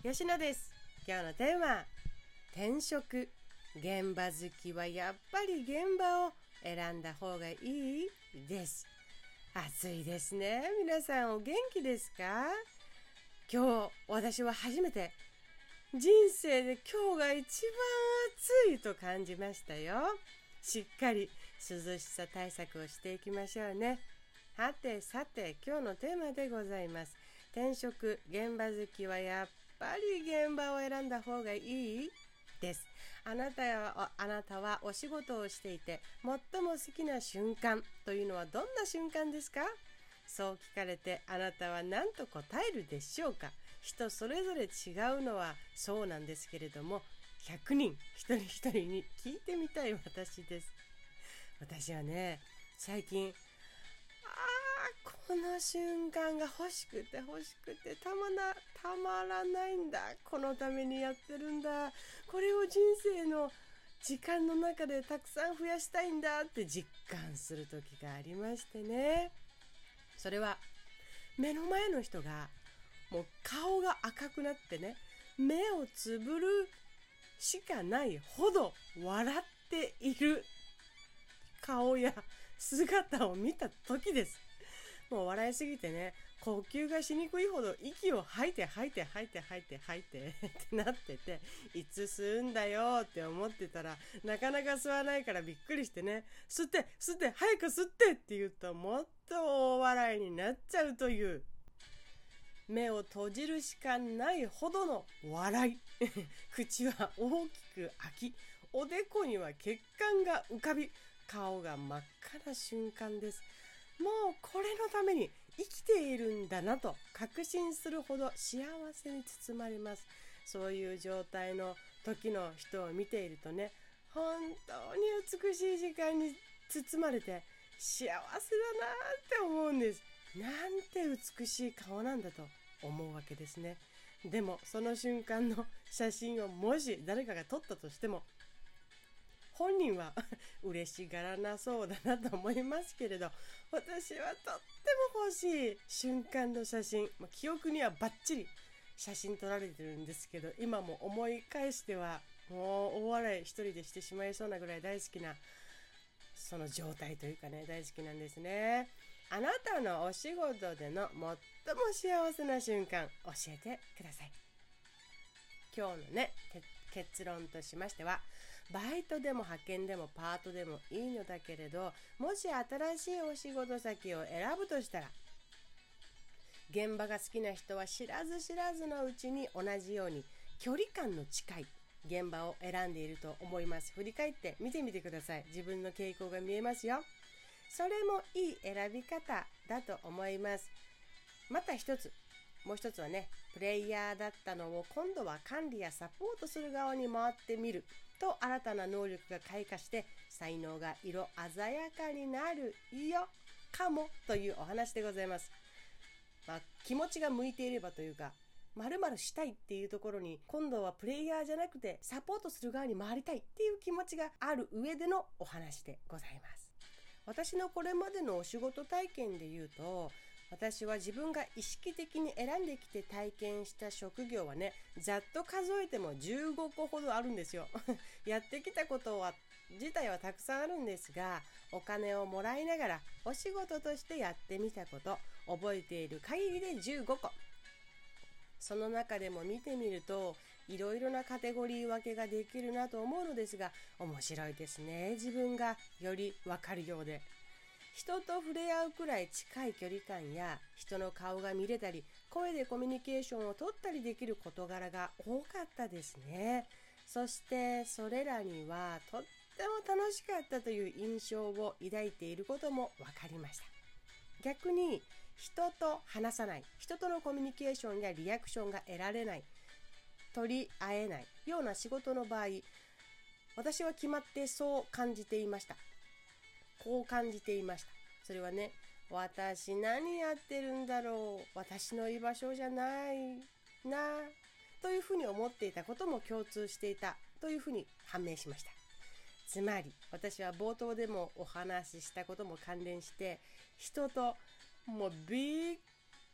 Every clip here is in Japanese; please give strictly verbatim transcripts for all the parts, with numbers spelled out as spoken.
吉野です。今日のテーマ、転職。現場好きはやっぱり現場を選んだ方がいいです。暑いですね。皆さんお元気ですか？今日私は初めて人生で今日が一番暑いと感じましたよ。しっかり涼しさ対策をしていきましょうね。はてさて、今日のテーマでございます。転職。現場好きはやっぱり現場を選んだ方がいいです。あなたは、あなたはお仕事をしていて最も好きな瞬間というのはどんな瞬間ですか？そう聞かれてあなたは何と答えるでしょうか？人それぞれ違うのはそうなんですけれども、ひゃくにん一人一人に聞いてみたい私です。私はね、最近あーこの瞬間が欲しくて欲しくてたまなたまらないんだ。このためにやってるんだ。これを人生の時間の中でたくさん増やしたいんだって実感する時がありましてね。それは目の前の人がもう顔が赤くなってね、目をつぶるしかないほど笑っている顔や姿を見た時です。もう笑いすぎてね、呼吸がしにくいほど息を吐いて吐いて吐いて吐いて吐いてってなってて、いつ吸うんだよって思ってたらなかなか吸わないからびっくりしてね、吸って吸って早く吸ってって言うともっと大笑いになっちゃうという、目を閉じるしかないほどの笑い口は大きく開き、おでこには血管が浮かび、顔が真っ赤な瞬間です。もうこれのために生きているんだなと確信するほど幸せに包まれます。そういう状態の時の人を見ているとね、本当に美しい時間に包まれて幸せだなって思うんです。なんて美しい顔なんだと思うわけですね。でもその瞬間の写真をもし誰かが撮ったとしても、本人は嬉しがらなそうだなと思いますけれど、私はとっても欲しい瞬間の写真、記憶にはバッチリ写真撮られてるんですけど、今も思い返してはもう大笑い一人でしてしまいそうなぐらい大好きなその状態というかね、大好きなんですね。あなたのお仕事での最も幸せな瞬間教えてください。今日のね、結論としましては、バイトでも派遣でもパートでもいいのだけれど、もし新しいお仕事先を選ぶとしたら、現場が好きな人は知らず知らずのうちに同じように距離感の近い現場を選んでいると思います。振り返って見てみてください。自分の傾向が見えますよ。それもいい選び方だと思います。また一つ、もう一つはね、プレイヤーだったのを今度は管理やサポートする側に回ってみると、新たな能力が開花して才能が色鮮やかになるよかもというお話でございます。まあ、気持ちが向いていればというか、〇〇したいっていうところに今度はプレイヤーじゃなくてサポートする側に回りたいっていう気持ちがある上でのお話でございます。私のこれまでのお仕事体験で言うと、私は自分が意識的に選んできて体験した職業はね、ざっと数えてもじゅうごこほどあるんですよやってきたことは自体はたくさんあるんですが、お金をもらいながらお仕事としてやってみたこと、覚えている限りでじゅうごこ。その中でも見てみるといろいろなカテゴリー分けができるなと思うのですが、面白いですね。自分がより分かるようで、人と触れ合うくらい近い距離感や人の顔が見れたり、声でコミュニケーションを取ったりできる事柄が多かったですね。そしてそれらにはとっても楽しかったという印象を抱いていることも分かりました。逆に人と話さない、人とのコミュニケーションやリアクションが得られない、取り合えないような仕事の場合、私は決まってそう感じていました。こう感じていました。それはね、私何やってるんだろう、私の居場所じゃないなというふうに思っていたことも共通していたというふうに判明しました。つまり私は冒頭でもお話ししたことも関連して、人ともうびっ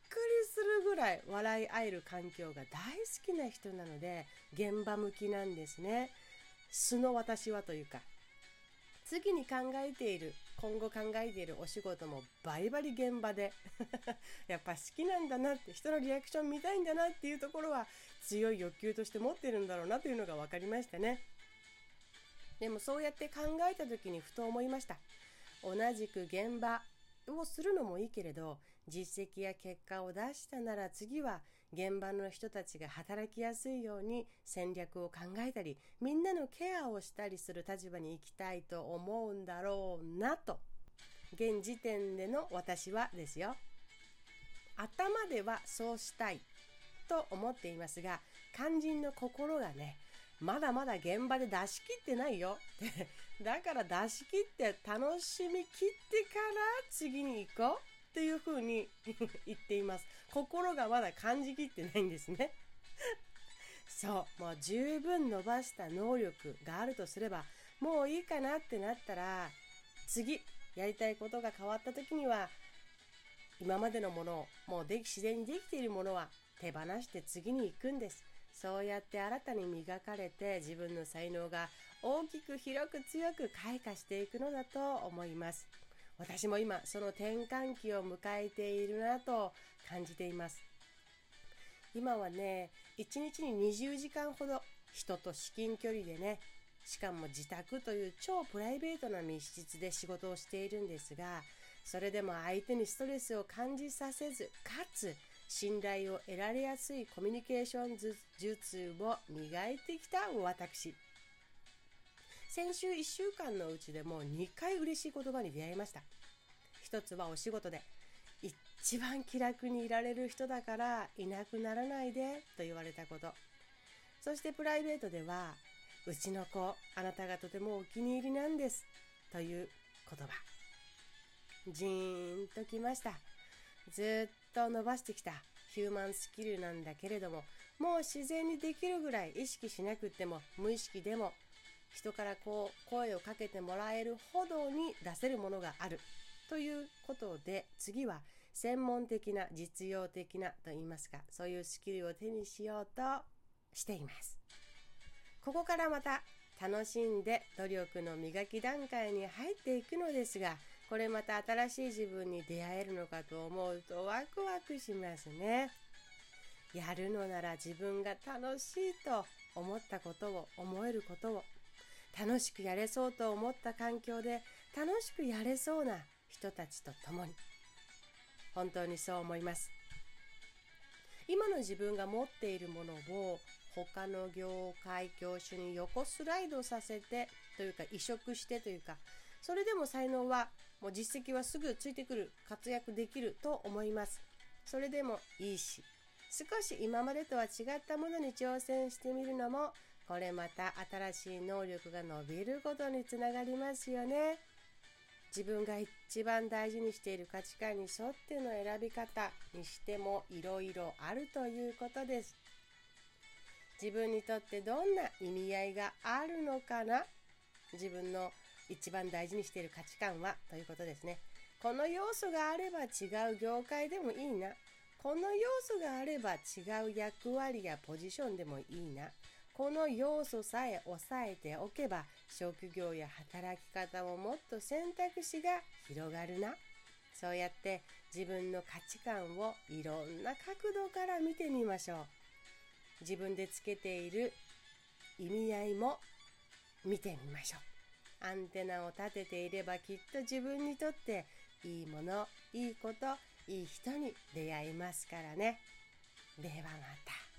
するぐらい笑い合える環境が大好きな人なので、現場向きなんですね。素の私はというか、次に考えている、今後考えているお仕事もバリバリ現場でやっぱ好きなんだなって、人のリアクション見たいんだなっていうところは強い欲求として持ってるんだろうなというのが分かりましたね。でもそうやって考えた時にふと思いました。同じく現場をするのもいいけれど、実績や結果を出したなら次は現場の人たちが働きやすいように戦略を考えたり、みんなのケアをしたりする立場に行きたいと思うんだろうなと、現時点での私はですよ。頭ではそうしたいと思っていますが、肝心の心がね、まだまだ現場で出し切ってないよってだから出し切って楽しみ切ってから次に行こうっていうふうに言っています。心がまだ感じきってないんですねそう、もう十分伸ばした能力があるとすれば、もういいかなってなったら、次やりたいことが変わった時には、今までのものを、もうで自然にできているものは手放して次に行くんです。そうやって新たに磨かれて、自分の才能が大きく広く強く開花していくのだと思います。私も今その転換期を迎えているなと感じています。今はね、いちにちににじゅうじかんほど人と至近距離でね、しかも自宅という超プライベートな密室で仕事をしているんですが、それでも相手にストレスを感じさせず、かつ信頼を得られやすいコミュニケーション術を磨いてきた私。先週いっしゅうかんのうちでもにかい嬉しい言葉に出会いました。一つはお仕事で、一番気楽にいられる人だからいなくならないでと言われたこと。そしてプライベートでは、うちの子、あなたがとてもお気に入りなんですという言葉。ジーンときました。ずっと伸ばしてきたヒューマンスキルなんだけれども、もう自然にできるぐらい意識しなくても、無意識でも人からこう声をかけてもらえるほどに出せるものがあるということで、次は専門的な実用的なといいますか、そういうスキルを手にしようとしています。ここからまた楽しんで努力の磨き段階に入っていくのですが、これまた新しい自分に出会えるのかと思うとワクワクしますね。やるのなら自分が楽しいと思ったことを、思えることを、楽しくやれそうと思った環境で楽しくやれそうな人たちと共に。本当にそう思います。今の自分が持っているものを他の業界業種に横スライドさせてというか移植してというか、それでも才能はもう実績はすぐついてくる、活躍できると思います。それでもいいし、少し今までとは違ったものに挑戦してみるのも、これまた新しい能力が伸びることにつながりますよね。自分が一番大事にしている価値観に沿っての選び方にしてもいろいろあるということです。自分にとってどんな意味合いがあるのかな、自分の一番大事にしている価値観はということですね。この要素があれば違う業界でもいいな、この要素があれば違う役割やポジションでもいいな、この要素さえ抑えておけば職業や働き方ももっと選択肢が広がるな。そうやって自分の価値観をいろんな角度から見てみましょう。自分でつけている意味合いも見てみましょう。アンテナを立てていればきっと自分にとっていいもの、いいこと、いい人に出会いますからね。ではまた。